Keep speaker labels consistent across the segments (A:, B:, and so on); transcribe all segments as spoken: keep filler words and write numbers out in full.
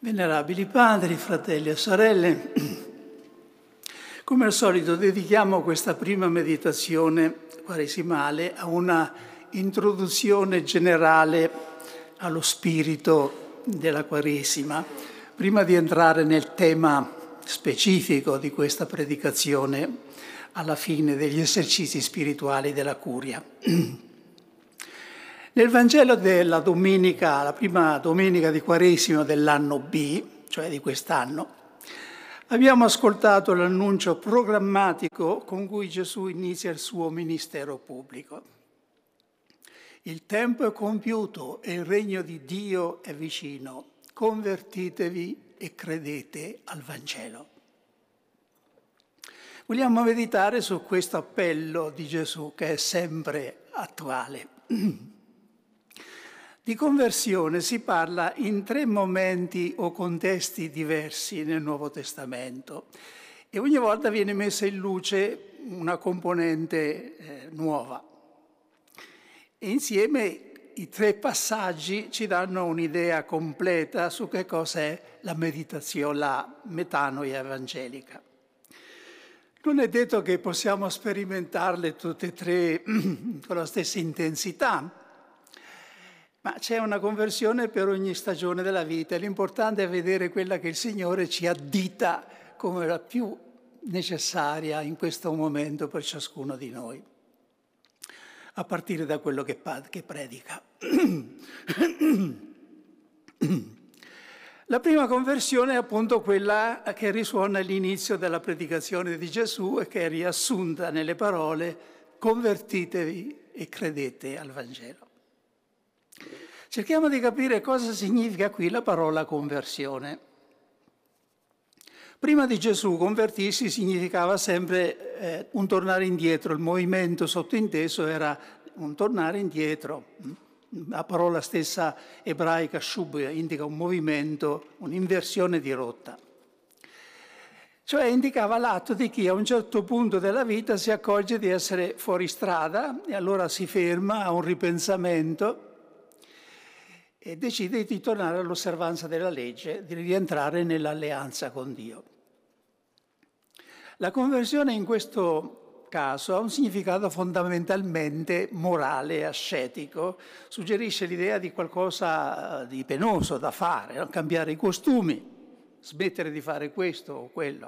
A: Venerabili padri, fratelli e sorelle, come al solito dedichiamo questa prima meditazione quaresimale a una introduzione generale allo spirito della Quaresima, prima di entrare nel tema specifico di questa predicazione alla fine degli esercizi spirituali della Curia. Nel Vangelo della domenica, la prima domenica di Quaresima dell'anno B, cioè di quest'anno, abbiamo ascoltato l'annuncio programmatico con cui Gesù inizia il suo ministero pubblico. Il tempo è compiuto e il regno di Dio è vicino. Convertitevi e credete al Vangelo. Vogliamo meditare su questo appello di Gesù che è sempre attuale. Di conversione si parla in tre momenti o contesti diversi nel Nuovo Testamento e ogni volta viene messa in luce una componente eh, nuova. E insieme i tre passaggi ci danno un'idea completa su che cos'è la meditazione, la metanoia evangelica. Non è detto che possiamo sperimentarle tutte e tre con la stessa intensità, ma c'è una conversione per ogni stagione della vita. L'importante è vedere quella che il Signore ci addita come la più necessaria in questo momento per ciascuno di noi, a partire da quello che, che predica. La prima conversione è appunto quella che risuona all'inizio della predicazione di Gesù e che è riassunta nelle parole «Convertitevi e credete al Vangelo». Cerchiamo di capire cosa significa qui la parola conversione. Prima di Gesù convertirsi significava sempre eh, un tornare indietro, il movimento sottinteso era un tornare indietro. La parola stessa ebraica shub indica un movimento, un'inversione di rotta. Cioè indicava l'atto di chi a un certo punto della vita si accorge di essere fuori strada e allora si ferma a un ripensamento e decide di tornare all'osservanza della legge, di rientrare nell'alleanza con Dio. La conversione in questo caso ha un significato fondamentalmente morale e ascetico, suggerisce l'idea di qualcosa di penoso da fare, no? Cambiare i costumi, smettere di fare questo o quello.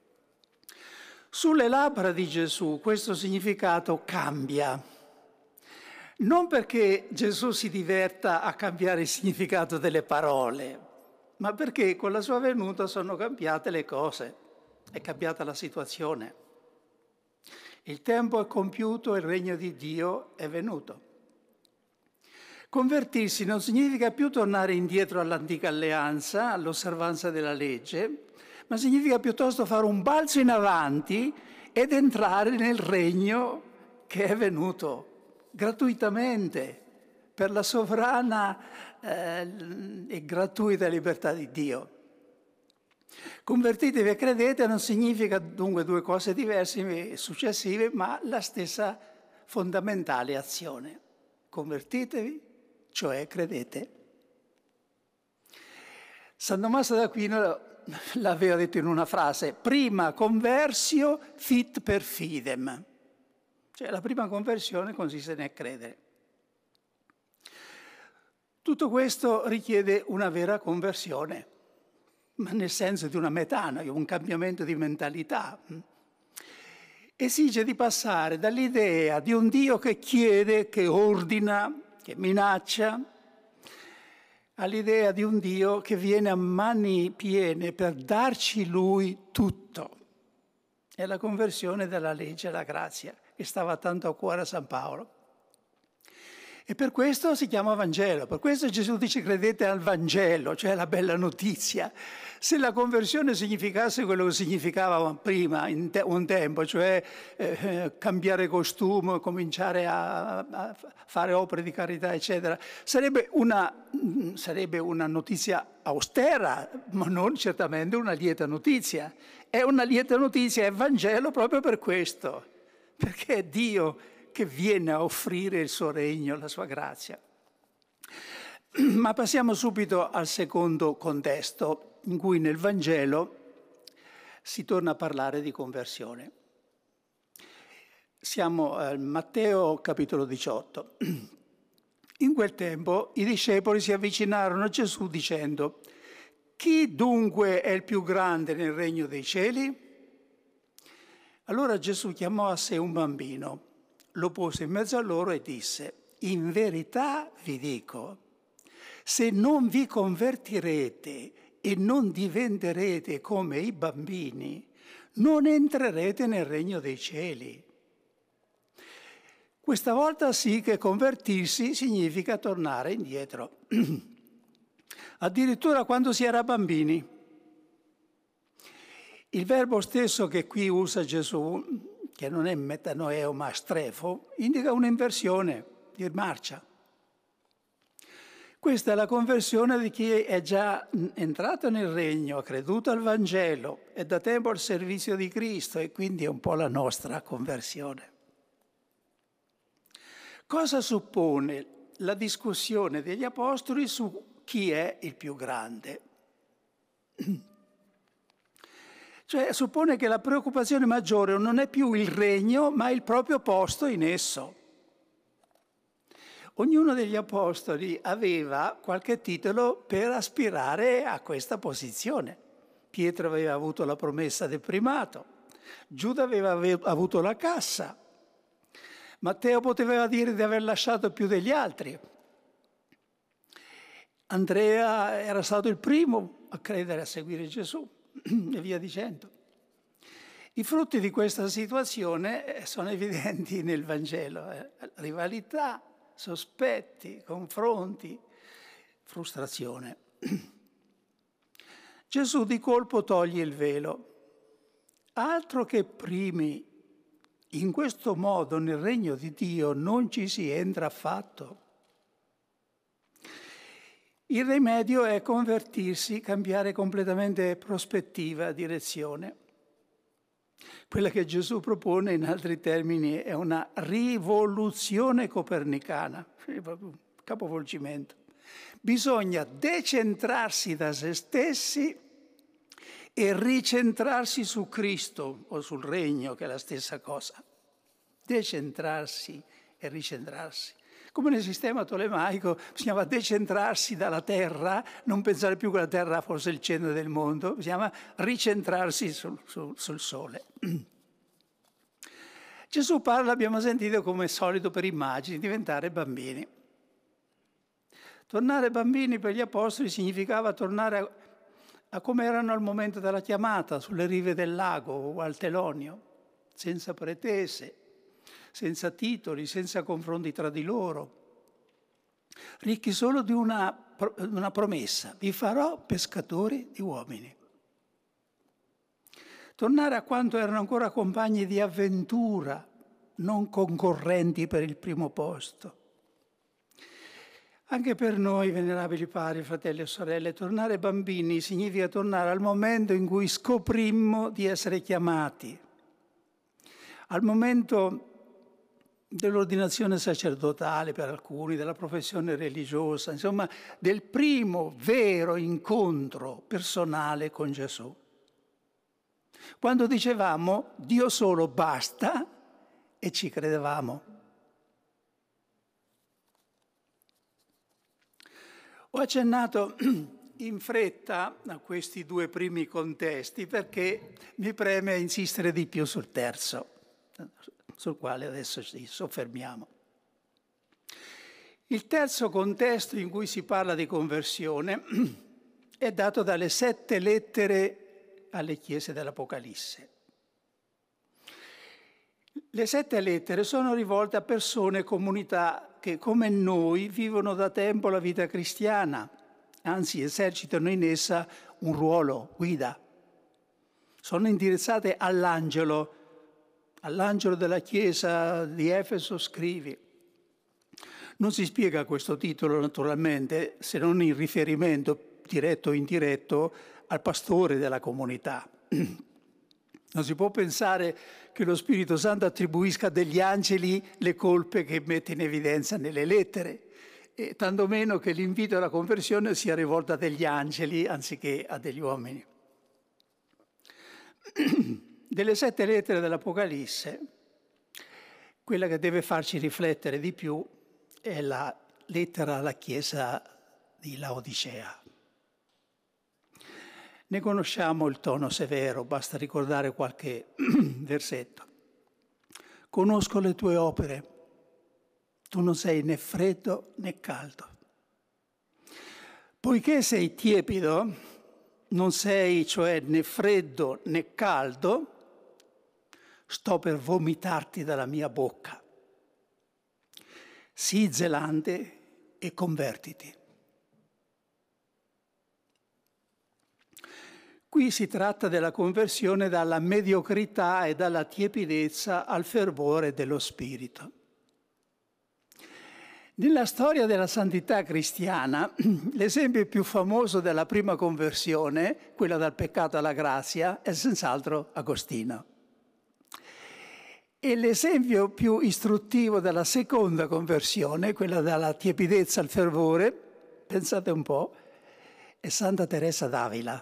A: Sulle labbra di Gesù questo significato cambia. Non perché Gesù si diverta a cambiare il significato delle parole, ma perché con la sua venuta sono cambiate le cose, è cambiata la situazione. Il tempo è compiuto e il regno di Dio è venuto. Convertirsi non significa più tornare indietro all'antica alleanza, all'osservanza della legge, ma significa piuttosto fare un balzo in avanti ed entrare nel regno che è venuto gratuitamente, per la sovrana eh, e gratuita libertà di Dio. Convertitevi e credete non significa dunque due cose diverse e successive, ma la stessa fondamentale azione. Convertitevi, cioè credete. San Tommaso d'Aquino l'aveva detto in una frase: prima conversio fit per fidem. Cioè la prima conversione consiste nel credere. Tutto questo richiede una vera conversione, ma nel senso di una metanoia, un cambiamento di mentalità. Esige di passare dall'idea di un Dio che chiede, che ordina, che minaccia, all'idea di un Dio che viene a mani piene per darci Lui tutto. È la conversione dalla legge alla grazia, che stava tanto a cuore a San Paolo. E per questo si chiama Vangelo, per questo Gesù dice credete al Vangelo, cioè la bella notizia. Se la conversione significasse quello che significava prima, in te- un tempo, cioè eh, cambiare costume, cominciare a, a fare opere di carità, eccetera, sarebbe una, sarebbe una notizia austera, ma non certamente una lieta notizia. È una lieta notizia, è Vangelo proprio per questo, perché è Dio che viene a offrire il suo regno, la sua grazia. Ma passiamo subito al secondo contesto, in cui nel Vangelo si torna a parlare di conversione. Siamo a Matteo capitolo diciotto. In quel tempo i discepoli si avvicinarono a Gesù dicendo: «Chi dunque è il più grande nel regno dei cieli?» Allora Gesù chiamò a sé un bambino, lo pose in mezzo a loro e disse: «In verità vi dico, se non vi convertirete e non diventerete come i bambini, non entrerete nel regno dei cieli». Questa volta sì che convertirsi significa tornare indietro. Addirittura quando si era bambini. Il verbo stesso che qui usa Gesù, che non è metanoeo ma strefo, indica un'inversione di marcia. Questa è la conversione di chi è già entrato nel regno, ha creduto al Vangelo, è da tempo al servizio di Cristo e quindi è un po' la nostra conversione. Cosa suppone la discussione degli apostoli su chi è il più grande? Cioè suppone che la preoccupazione maggiore non è più il regno, ma il proprio posto in esso. Ognuno degli apostoli aveva qualche titolo per aspirare a questa posizione. Pietro aveva avuto la promessa del primato, Giuda aveva avuto la cassa, Matteo poteva dire di aver lasciato più degli altri, Andrea era stato il primo a credere, a seguire Gesù, e via dicendo. I frutti di questa situazione sono evidenti nel Vangelo: eh? Rivalità, sospetti, confronti, frustrazione. Gesù di colpo toglie il velo. Altro che primi, in questo modo nel regno di Dio non ci si entra affatto. Il rimedio è convertirsi, cambiare completamente prospettiva, direzione. Quella che Gesù propone, in altri termini, è una rivoluzione copernicana, proprio un capovolgimento. Bisogna decentrarsi da se stessi e ricentrarsi su Cristo o sul regno, che è la stessa cosa. Decentrarsi e ricentrarsi. Come nel sistema tolemaico bisognava decentrarsi dalla terra, non pensare più che la terra fosse il centro del mondo, bisognava ricentrarsi sul, sul, sul sole. Gesù parla, abbiamo sentito, come solito per immagini, diventare bambini. Tornare bambini per gli apostoli significava tornare a, a come erano al momento della chiamata, sulle rive del lago o al Telonio, senza pretese, senza titoli, senza confronti tra di loro, ricchi solo di una, una promessa: vi farò pescatori di uomini. Tornare a quanto erano ancora compagni di avventura, non concorrenti per il primo posto. Anche per noi, venerabili pari, fratelli e sorelle, tornare bambini significa tornare al momento in cui scoprimmo di essere chiamati, al momento dell'ordinazione sacerdotale per alcuni, della professione religiosa, insomma, del primo vero incontro personale con Gesù. Quando dicevamo Dio solo basta e ci credevamo. Ho accennato in fretta a questi due primi contesti perché mi preme insistere di più sul terzo, sul quale adesso ci soffermiamo. Il terzo contesto in cui si parla di conversione è dato dalle sette lettere alle chiese dell'Apocalisse. Le sette lettere sono rivolte a persone e comunità che, come noi, vivono da tempo la vita cristiana, anzi esercitano in essa un ruolo guida. Sono indirizzate all'angelo, all'angelo della chiesa di Efeso scrivi. Non si spiega questo titolo naturalmente, se non in riferimento diretto o indiretto al pastore della comunità. Non si può pensare che lo Spirito Santo attribuisca a degli angeli le colpe che mette in evidenza nelle lettere e tanto meno che l'invito alla conversione sia rivolto a degli angeli anziché a degli uomini. Delle sette lettere dell'Apocalisse, quella che deve farci riflettere di più è la lettera alla Chiesa di Laodicea. Ne conosciamo il tono severo, basta ricordare qualche versetto. Conosco le tue opere, tu non sei né freddo né caldo. Poiché sei tiepido, non sei cioè né freddo né caldo, sto per vomitarti dalla mia bocca. Sii zelante e convertiti. Qui si tratta della conversione dalla mediocrità e dalla tiepidezza al fervore dello spirito. Nella storia della santità cristiana, l'esempio più famoso della prima conversione, quella dal peccato alla grazia, è senz'altro Agostino. E l'esempio più istruttivo della seconda conversione, quella dalla tiepidezza al fervore, pensate un po', è Santa Teresa d'Avila.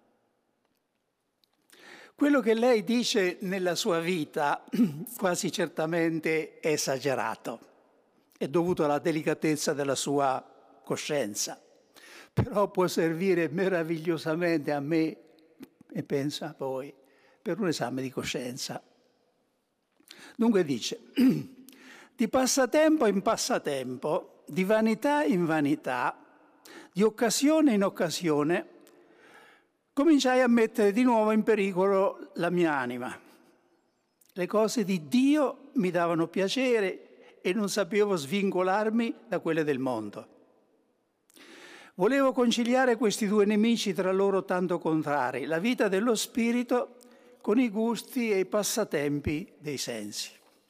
A: Quello che lei dice nella sua vita quasi certamente è esagerato, è dovuto alla delicatezza della sua coscienza, però può servire meravigliosamente a me, e pensa a voi, per un esame di coscienza. Dunque dice, di passatempo in passatempo, di vanità in vanità, di occasione in occasione, cominciai a mettere di nuovo in pericolo la mia anima. Le cose di Dio mi davano piacere e non sapevo svincolarmi da quelle del mondo. Volevo conciliare questi due nemici tra loro tanto contrari, la vita dello spirito con i gusti e i passatempi dei sensi.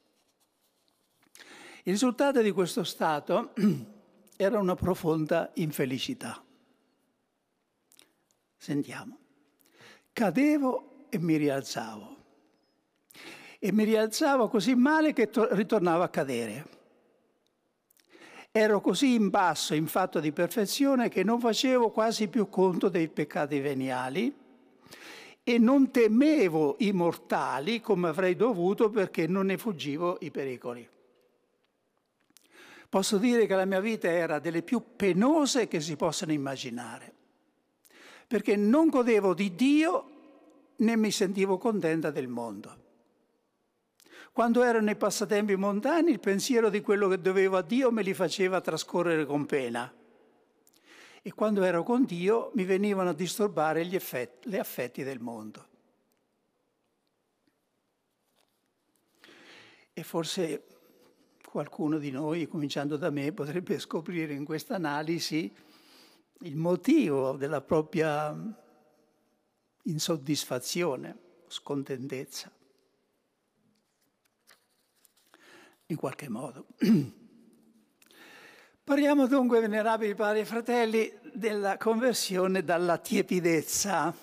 A: Il risultato di questo stato era una profonda infelicità. Sentiamo. Cadevo e mi rialzavo. E mi rialzavo così male che to- ritornavo a cadere. Ero così in basso, in fatto di perfezione, che non facevo quasi più conto dei peccati veniali e non temevo i mortali come avrei dovuto perché non ne fuggivo i pericoli. Posso dire che la mia vita era delle più penose che si possano immaginare, perché non godevo di Dio né mi sentivo contenta del mondo. Quando ero nei passatempi mondani, il pensiero di quello che dovevo a Dio me li faceva trascorrere con pena. E quando ero con Dio mi venivano a disturbare gli effetti, gli affetti del mondo. E forse qualcuno di noi, cominciando da me, potrebbe scoprire in questa analisi il motivo della propria insoddisfazione, scontentezza, in qualche modo. Parliamo dunque, venerabili padri e fratelli, della conversione dalla tiepidezza.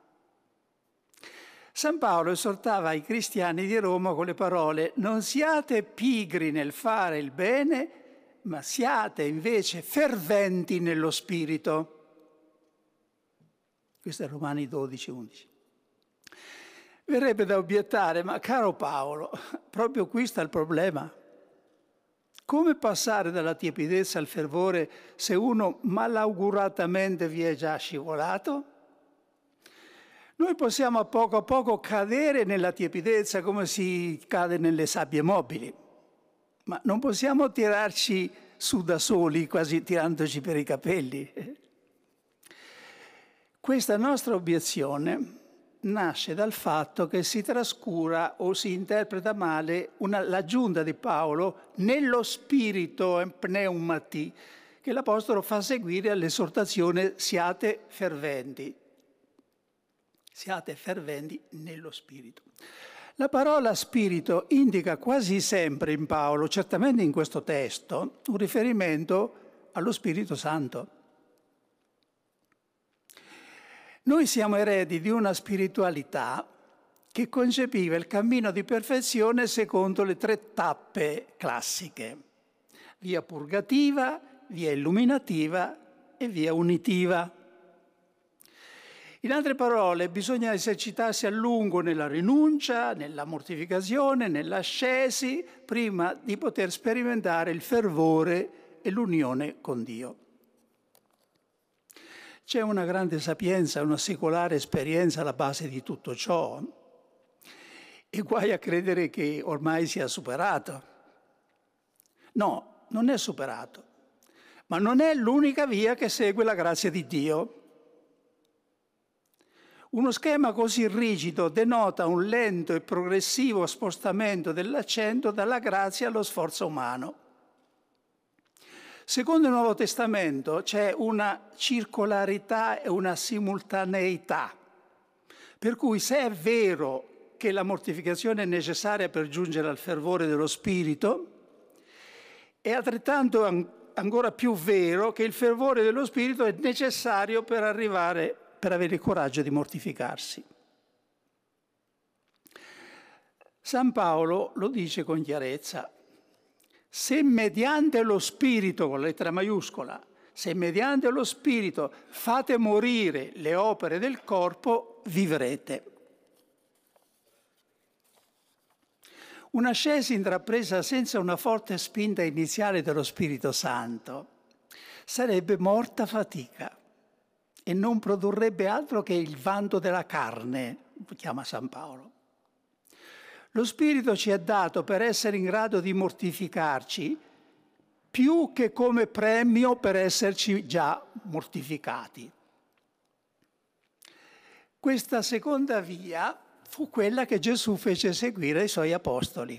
A: San Paolo esortava i cristiani di Roma con le parole: non siate pigri nel fare il bene, ma siate invece ferventi nello spirito. Questo è Romani dodici, undici. Verrebbe da obiettare, ma caro Paolo, proprio qui sta il problema. Come passare dalla tiepidezza al fervore se uno malauguratamente vi è già scivolato? Noi possiamo a poco a poco cadere nella tiepidezza come si cade nelle sabbie mobili, ma non possiamo tirarci su da soli, quasi tirandoci per i capelli. Questa nostra obiezione nasce dal fatto che si trascura o si interpreta male una, l'aggiunta di Paolo nello spirito pneumati che l'Apostolo fa seguire all'esortazione siate ferventi. Siate ferventi nello spirito. La parola spirito indica quasi sempre in Paolo, certamente in questo testo, un riferimento allo Spirito Santo. Noi siamo eredi di una spiritualità che concepiva il cammino di perfezione secondo le tre tappe classiche: via purgativa, via illuminativa e via unitiva. In altre parole, bisogna esercitarsi a lungo nella rinuncia, nella mortificazione, nell'ascesi, prima di poter sperimentare il fervore e l'unione con Dio. C'è una grande sapienza, una secolare esperienza alla base di tutto ciò, e guai a credere che ormai sia superato. No, non è superato, ma non è l'unica via che segue la grazia di Dio. Uno schema così rigido denota un lento e progressivo spostamento dell'accento dalla grazia allo sforzo umano. Secondo il Nuovo Testamento c'è una circolarità e una simultaneità, per cui se è vero che la mortificazione è necessaria per giungere al fervore dello Spirito, è altrettanto ancora più vero che il fervore dello Spirito è necessario per arrivare per avere il coraggio di mortificarsi. San Paolo lo dice con chiarezza: se mediante lo Spirito, con la lettera maiuscola, se mediante lo Spirito fate morire le opere del corpo, vivrete. Un'ascesi intrapresa senza una forte spinta iniziale dello Spirito Santo sarebbe morta fatica e non produrrebbe altro che il vanto della carne, lo chiama San Paolo. Lo Spirito ci è dato per essere in grado di mortificarci più che come premio per esserci già mortificati. Questa seconda via fu quella che Gesù fece seguire ai suoi apostoli.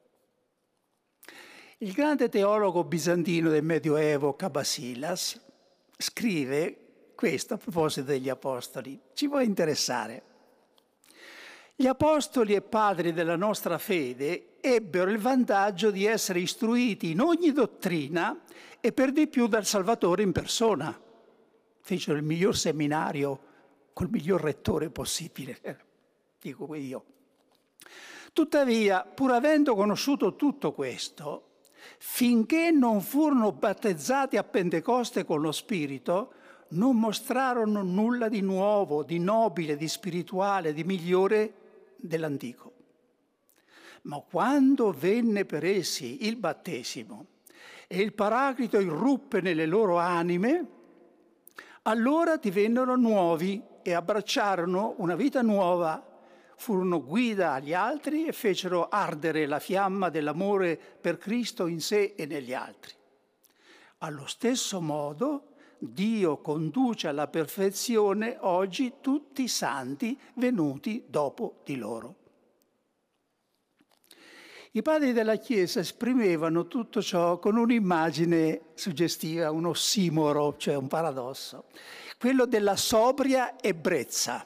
A: Il grande teologo bizantino del Medioevo, Cabasilas, scrive questo a proposito degli apostoli. Ci può interessare. Gli apostoli e padri della nostra fede ebbero il vantaggio di essere istruiti in ogni dottrina e per di più dal Salvatore in persona. Fecero il miglior seminario col miglior rettore possibile, dico io. Tuttavia, pur avendo conosciuto tutto questo, finché non furono battezzati a Pentecoste con lo Spirito, non mostrarono nulla di nuovo, di nobile, di spirituale, di migliore dell'antico. Ma quando venne per essi il battesimo e il Paraclito irruppe nelle loro anime, allora divennero nuovi e abbracciarono una vita nuova, furono guida agli altri e fecero ardere la fiamma dell'amore per Cristo in sé e negli altri. Allo stesso modo Dio conduce alla perfezione oggi tutti i santi venuti dopo di loro. I padri della Chiesa esprimevano tutto ciò con un'immagine suggestiva, un ossimoro, cioè un paradosso, quello della sobria ebbrezza,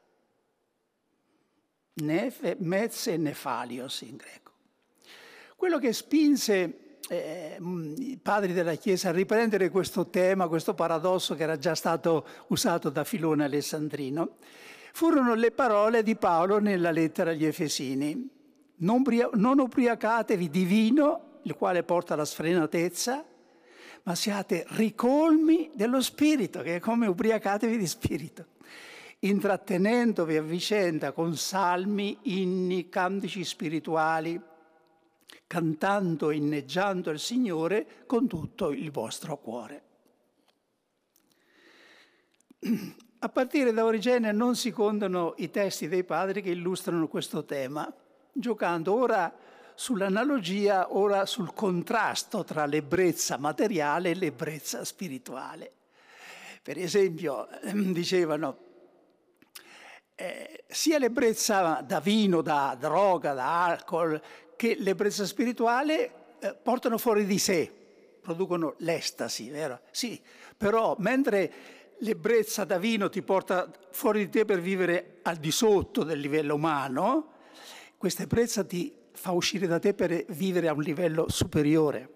A: nef, mez e nefalios in greco. Quello che spinse Eh, i padri della Chiesa a riprendere questo tema, questo paradosso che era già stato usato da Filone Alessandrino, furono le parole di Paolo nella lettera agli Efesini. Non, bria- non ubriacatevi di vino, il quale porta alla sfrenatezza, ma siate ricolmi dello Spirito, che è come ubriacatevi di Spirito, intrattenendovi a vicenda con salmi, inni, cantici spirituali, cantando e inneggiando il Signore con tutto il vostro cuore. A partire da Origene non si contano i testi dei padri che illustrano questo tema, giocando ora sull'analogia, ora sul contrasto tra l'ebbrezza materiale e l'ebbrezza spirituale. Per esempio, dicevano, eh, sia l'ebbrezza da vino, da droga, da alcol, che l'ebbrezza spirituale eh, portano fuori di sé, producono l'estasi, vero? Sì, però mentre l'ebbrezza da vino ti porta fuori di te per vivere al di sotto del livello umano, questa ebbrezza ti fa uscire da te per vivere a un livello superiore.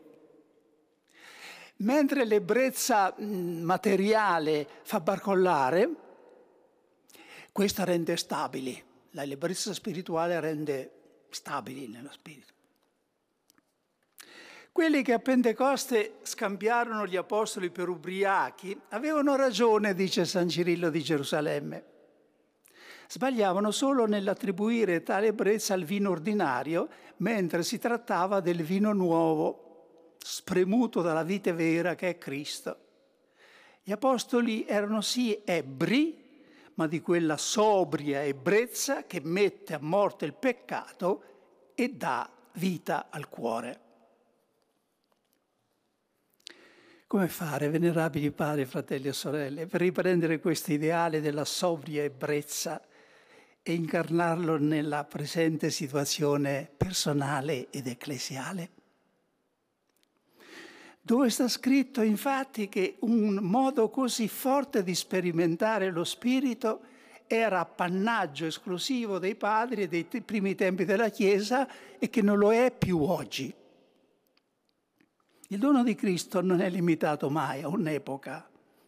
A: Mentre l'ebbrezza materiale fa barcollare, questa rende stabili, l'ebbrezza spirituale rende stabili nello spirito. Quelli che a Pentecoste scambiarono gli apostoli per ubriachi avevano ragione, dice San Cirillo di Gerusalemme. Sbagliavano solo nell'attribuire tale ebbrezza al vino ordinario, mentre si trattava del vino nuovo, spremuto dalla vite vera che è Cristo. Gli apostoli erano sì ebbri, ma di quella sobria ebbrezza che mette a morte il peccato e dà vita al cuore. Come fare, venerabili padri, fratelli e sorelle, per riprendere questo ideale della sobria ebbrezza e incarnarlo nella presente situazione personale ed ecclesiale? Dove sta scritto infatti che un modo così forte di sperimentare lo Spirito era appannaggio esclusivo dei padri e dei primi tempi della Chiesa e che non lo è più oggi. Il dono di Cristo non è limitato mai a un'epoca.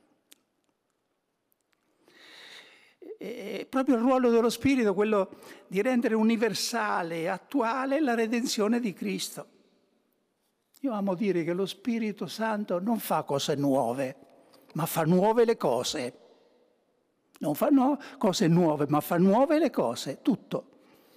A: È proprio il ruolo dello Spirito quello di rendere universale e attuale la redenzione di Cristo. Io amo dire che lo Spirito Santo non fa cose nuove, ma fa nuove le cose. Non fa no, cose nuove, ma fa nuove le cose, tutto.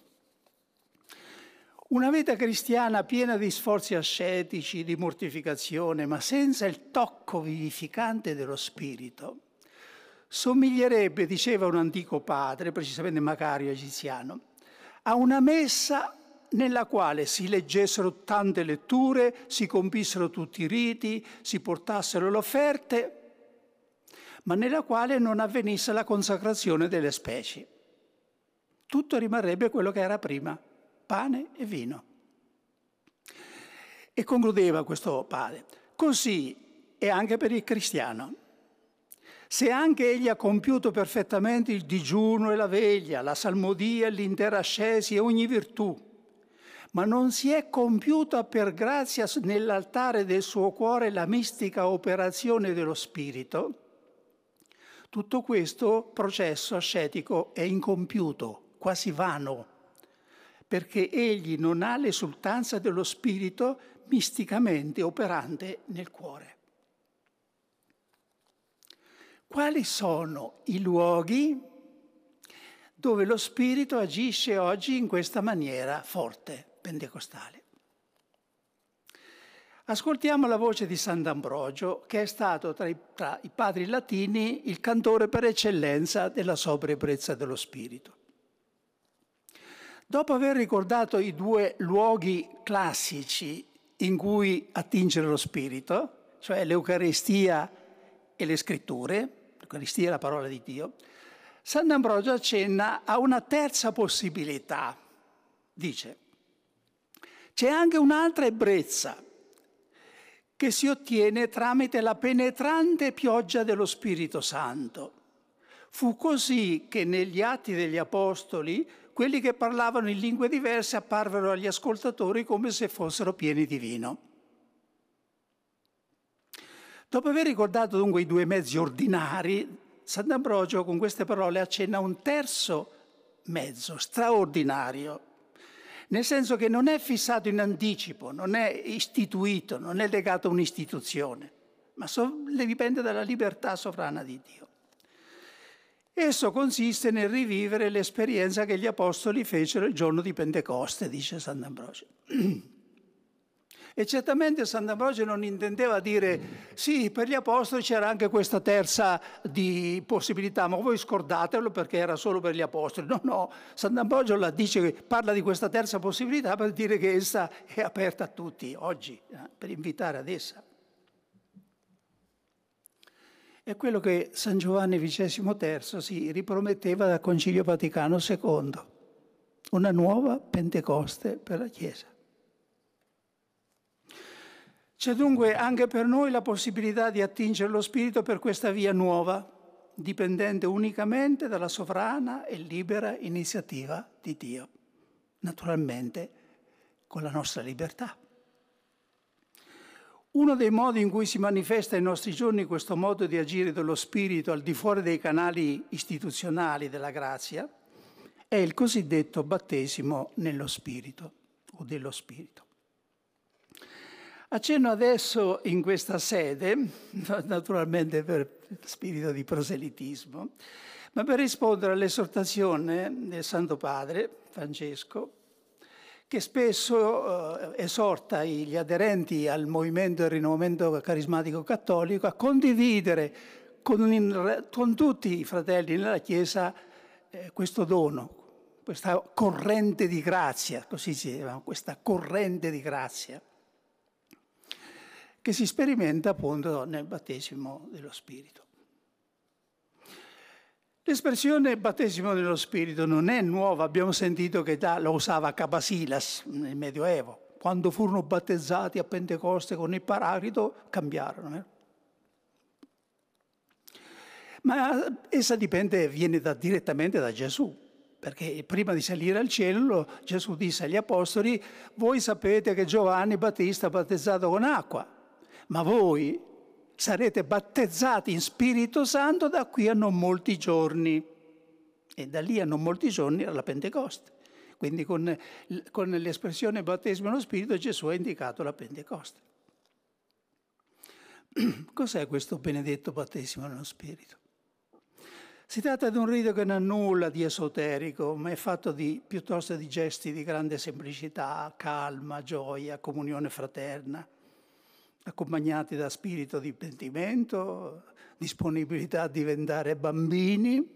A: Una vita cristiana piena di sforzi ascetici, di mortificazione, ma senza il tocco vivificante dello Spirito, somiglierebbe, diceva un antico padre, precisamente Macario Egiziano, a una messa nella quale si leggessero tante letture, si compissero tutti i riti, si portassero le offerte, ma nella quale non avvenisse la consacrazione delle specie. Tutto rimarrebbe quello che era prima, pane e vino. E concludeva questo padre, così è anche per il cristiano. Se anche egli ha compiuto perfettamente il digiuno e la veglia, la salmodia, l'intera ascesi e ogni virtù, ma non si è compiuta per grazia nell'altare del suo cuore la mistica operazione dello Spirito, tutto questo processo ascetico è incompiuto, quasi vano, perché egli non ha l'esultanza dello Spirito misticamente operante nel cuore. Quali sono i luoghi dove lo Spirito agisce oggi in questa maniera forte, pentecostale? Ascoltiamo la voce di Sant'Ambrogio, che è stato tra i, tra i padri latini il cantore per eccellenza della sobria ebbrezza dello Spirito. Dopo aver ricordato i due luoghi classici in cui attingere lo Spirito, cioè l'Eucaristia e le Scritture, l'Eucaristia è la parola di Dio, Sant'Ambrogio accenna a una terza possibilità. Dice, c'è anche un'altra ebbrezza che si ottiene tramite la penetrante pioggia dello Spirito Santo. Fu così che negli Atti degli Apostoli quelli che parlavano in lingue diverse apparvero agli ascoltatori come se fossero pieni di vino. Dopo aver ricordato dunque i due mezzi ordinari, Sant'Ambrogio con queste parole accenna a un terzo mezzo, straordinario, nel senso che non è fissato in anticipo, non è istituito, non è legato a un'istituzione, ma so, dipende dalla libertà sovrana di Dio. Esso consiste nel rivivere l'esperienza che gli apostoli fecero il giorno di Pentecoste, dice Sant'Ambrogio. E certamente Sant'Ambrogio non intendeva dire sì, per gli apostoli c'era anche questa terza di possibilità, ma voi scordatelo perché era solo per gli apostoli. No, no, Sant'Ambrogio la dice, parla di questa terza possibilità per dire che essa è aperta a tutti oggi, eh, per invitare ad essa. È quello che San Giovanni vicesimo terzo si riprometteva dal Concilio Vaticano secondo, una nuova Pentecoste per la Chiesa. C'è dunque anche per noi la possibilità di attingere lo Spirito per questa via nuova, dipendente unicamente dalla sovrana e libera iniziativa di Dio, naturalmente con la nostra libertà. Uno dei modi in cui si manifesta ai nostri giorni questo modo di agire dello Spirito al di fuori dei canali istituzionali della grazia è il cosiddetto battesimo nello Spirito o dello Spirito. Accenno adesso in questa sede, naturalmente per spirito di proselitismo, ma per rispondere all'esortazione del Santo Padre Francesco, che spesso eh, esorta gli aderenti al movimento del rinnovamento carismatico cattolico a condividere con, in, con tutti i fratelli nella Chiesa eh, questo dono, questa corrente di grazia, così si chiama, questa corrente di grazia, che si sperimenta appunto nel battesimo dello Spirito. L'espressione battesimo dello Spirito non è nuova, abbiamo sentito che da, lo usava Cabasilas nel Medioevo. Quando furono battezzati a Pentecoste con il Paraclito cambiarono. Eh? Ma essa dipende, viene da, direttamente da Gesù, perché prima di salire al cielo Gesù disse agli Apostoli: voi sapete che Giovanni Battista ha battezzato con acqua, ma voi sarete battezzati in Spirito Santo da qui a non molti giorni. E da lì a non molti giorni era la Pentecoste. Quindi con, con l'espressione battesimo nello Spirito Gesù ha indicato la Pentecoste. Cos'è questo benedetto battesimo nello Spirito? Si tratta di un rito che non ha nulla di esoterico, ma è fatto di, piuttosto di gesti di grande semplicità, calma, gioia, comunione fraterna, accompagnati da spirito di pentimento, disponibilità a diventare bambini.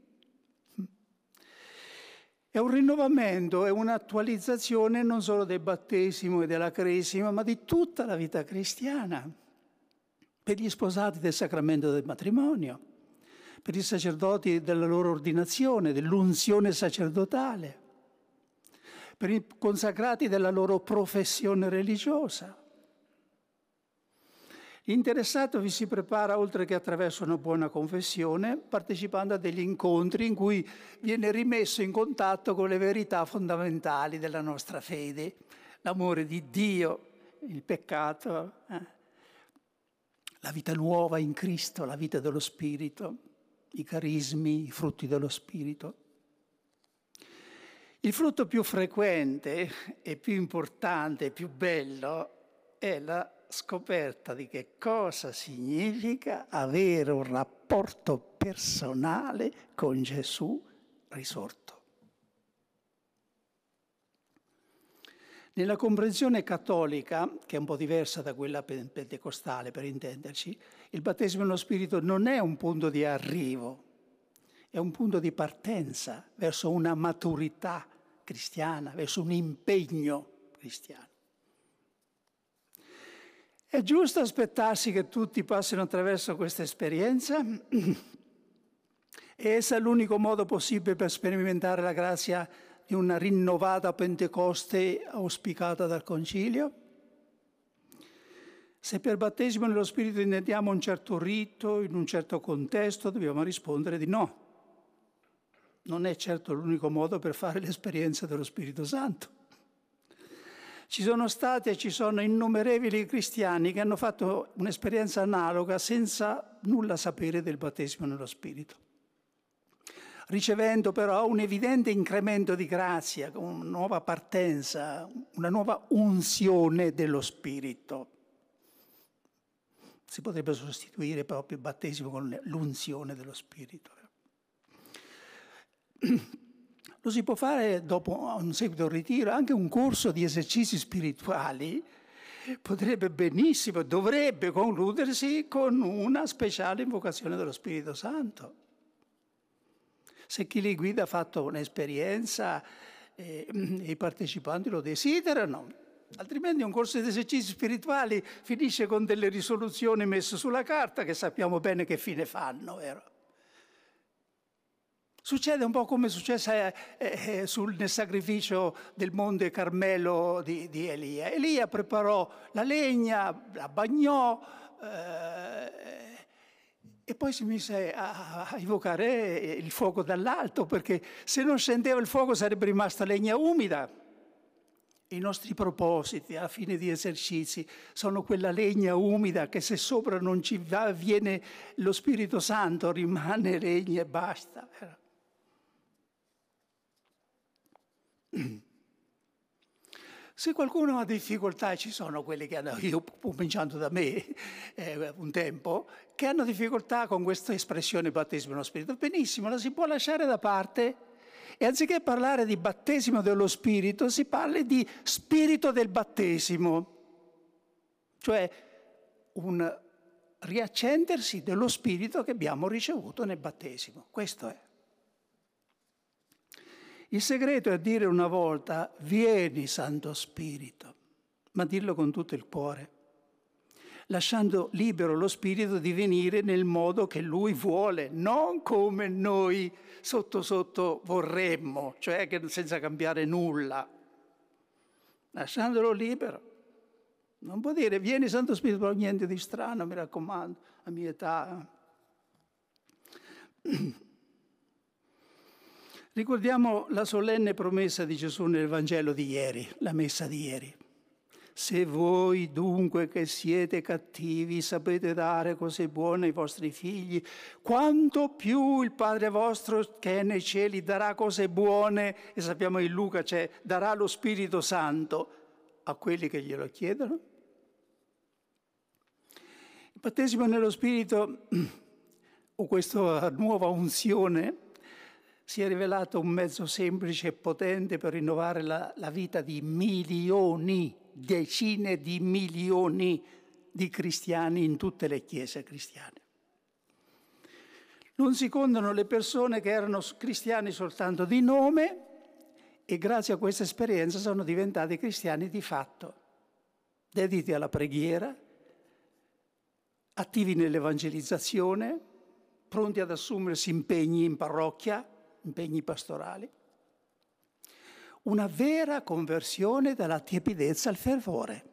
A: È un rinnovamento, è un'attualizzazione non solo del battesimo e della cresima, ma di tutta la vita cristiana. Per gli sposati del sacramento del matrimonio, per i sacerdoti della loro ordinazione, dell'unzione sacerdotale, per i consacrati della loro professione religiosa. L'interessato vi si prepara, oltre che attraverso una buona confessione, partecipando a degli incontri in cui viene rimesso in contatto con le verità fondamentali della nostra fede, l'amore di Dio, il peccato, eh? la vita nuova in Cristo, la vita dello Spirito, i carismi, i frutti dello Spirito. Il frutto più frequente e più importante e più bello è la scoperta di che cosa significa avere un rapporto personale con Gesù risorto. Nella comprensione cattolica, che è un po' diversa da quella pentecostale per intenderci, il battesimo nello Spirito non è un punto di arrivo, è un punto di partenza verso una maturità cristiana, verso un impegno cristiano. È giusto aspettarsi che tutti passino attraverso questa esperienza? È essa l'unico modo possibile per sperimentare la grazia di una rinnovata Pentecoste auspicata dal Concilio? Se per battesimo nello Spirito intendiamo un certo rito, in un certo contesto, dobbiamo rispondere di no. Non è certo l'unico modo per fare l'esperienza dello Spirito Santo. Ci sono stati e ci sono innumerevoli cristiani che hanno fatto un'esperienza analoga senza nulla sapere del battesimo nello Spirito, ricevendo però un evidente incremento di grazia, una nuova partenza, una nuova unzione dello Spirito. Si potrebbe sostituire proprio il battesimo con l'unzione dello Spirito. Lo si può fare dopo un seguito ritiro, anche un corso di esercizi spirituali potrebbe benissimo, dovrebbe concludersi con una speciale invocazione dello Spirito Santo. Se chi li guida ha fatto un'esperienza e i partecipanti lo desiderano, altrimenti un corso di esercizi spirituali finisce con delle risoluzioni messe sulla carta che sappiamo bene che fine fanno, vero? Succede un po' come è successo eh, eh, sul, nel sacrificio del Monte Carmelo di, di Elia. Elia preparò la legna, la bagnò eh, e poi si mise a, a invocare il fuoco dall'alto, perché se non scendeva il fuoco sarebbe rimasta legna umida. I nostri propositi alla fine di esercizi sono quella legna umida che se sopra non ci va, viene lo Spirito Santo, rimane legna e basta. Se qualcuno ha difficoltà, e ci sono quelli che hanno, io cominciando da me eh, un tempo, che hanno difficoltà con questa espressione battesimo nello Spirito, benissimo, la si può lasciare da parte e anziché parlare di battesimo dello Spirito, si parli di spirito del battesimo, cioè un riaccendersi dello Spirito che abbiamo ricevuto nel battesimo. Questo è. Il segreto è dire una volta, vieni Santo Spirito, ma dirlo con tutto il cuore, lasciando libero lo Spirito di venire nel modo che Lui vuole, non come noi sotto sotto vorremmo, cioè che senza cambiare nulla, lasciandolo libero. Non può dire, vieni Santo Spirito, però niente di strano, mi raccomando, a mia età. Ricordiamo la solenne promessa di Gesù nel Vangelo di ieri, la messa di ieri. Se voi dunque che siete cattivi sapete dare cose buone ai vostri figli, quanto più il Padre vostro che è nei cieli darà cose buone, e sappiamo in Luca c'è, darà lo Spirito Santo a quelli che glielo chiedono. Il battesimo nello Spirito, o questa nuova unzione, si è rivelato un mezzo semplice e potente per rinnovare la, la vita di milioni, decine di milioni di cristiani in tutte le chiese cristiane. Non si contano le persone che erano cristiani soltanto di nome e grazie a questa esperienza sono diventati cristiani di fatto, dediti alla preghiera, attivi nell'evangelizzazione, pronti ad assumersi impegni in parrocchia, impegni pastorali. Una vera conversione dalla tiepidezza al fervore.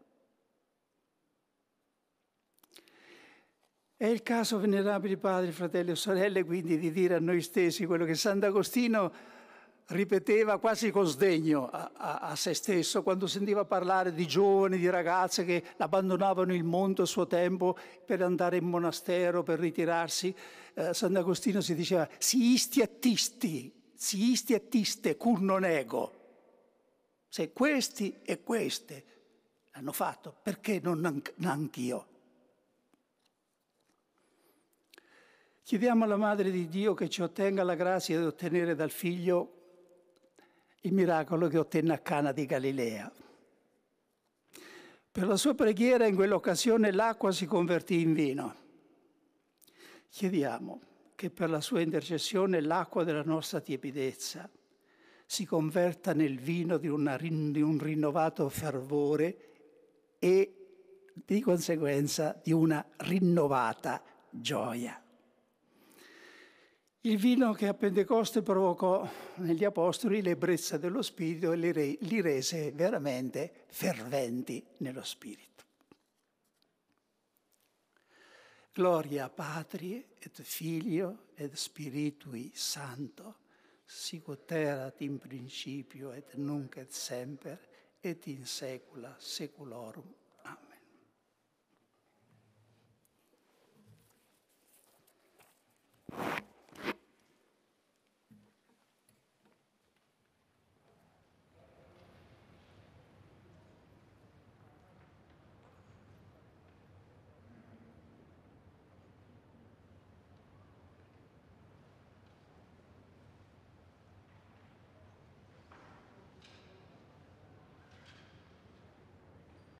A: È il caso, venerabili padri, fratelli e sorelle, quindi di dire a noi stessi quello che Sant'Agostino ripeteva quasi con sdegno a, a, a se stesso quando sentiva parlare di giovani, di ragazze che abbandonavano il mondo a suo tempo per andare in monastero, per ritirarsi. Eh, Sant'Agostino si diceva si isti attisti, si isti attiste cur non ego. Se questi e queste l'hanno fatto, perché non anch'io? Chiediamo alla Madre di Dio che ci ottenga la grazia di ottenere dal Figlio il miracolo che ottenne a Cana di Galilea. Per la sua preghiera in quell'occasione l'acqua si convertì in vino. Chiediamo che per la sua intercessione l'acqua della nostra tiepidezza si converta nel vino di, una, di un rinnovato fervore e di conseguenza di una rinnovata gioia. Il vino che a Pentecoste provocò negli Apostoli l'ebbrezza dello Spirito e li, re, li rese veramente ferventi nello Spirito. Gloria Patri et Filio et Spiritui Santo, sicut erat in principio et nunc et semper et in saecula saeculorum.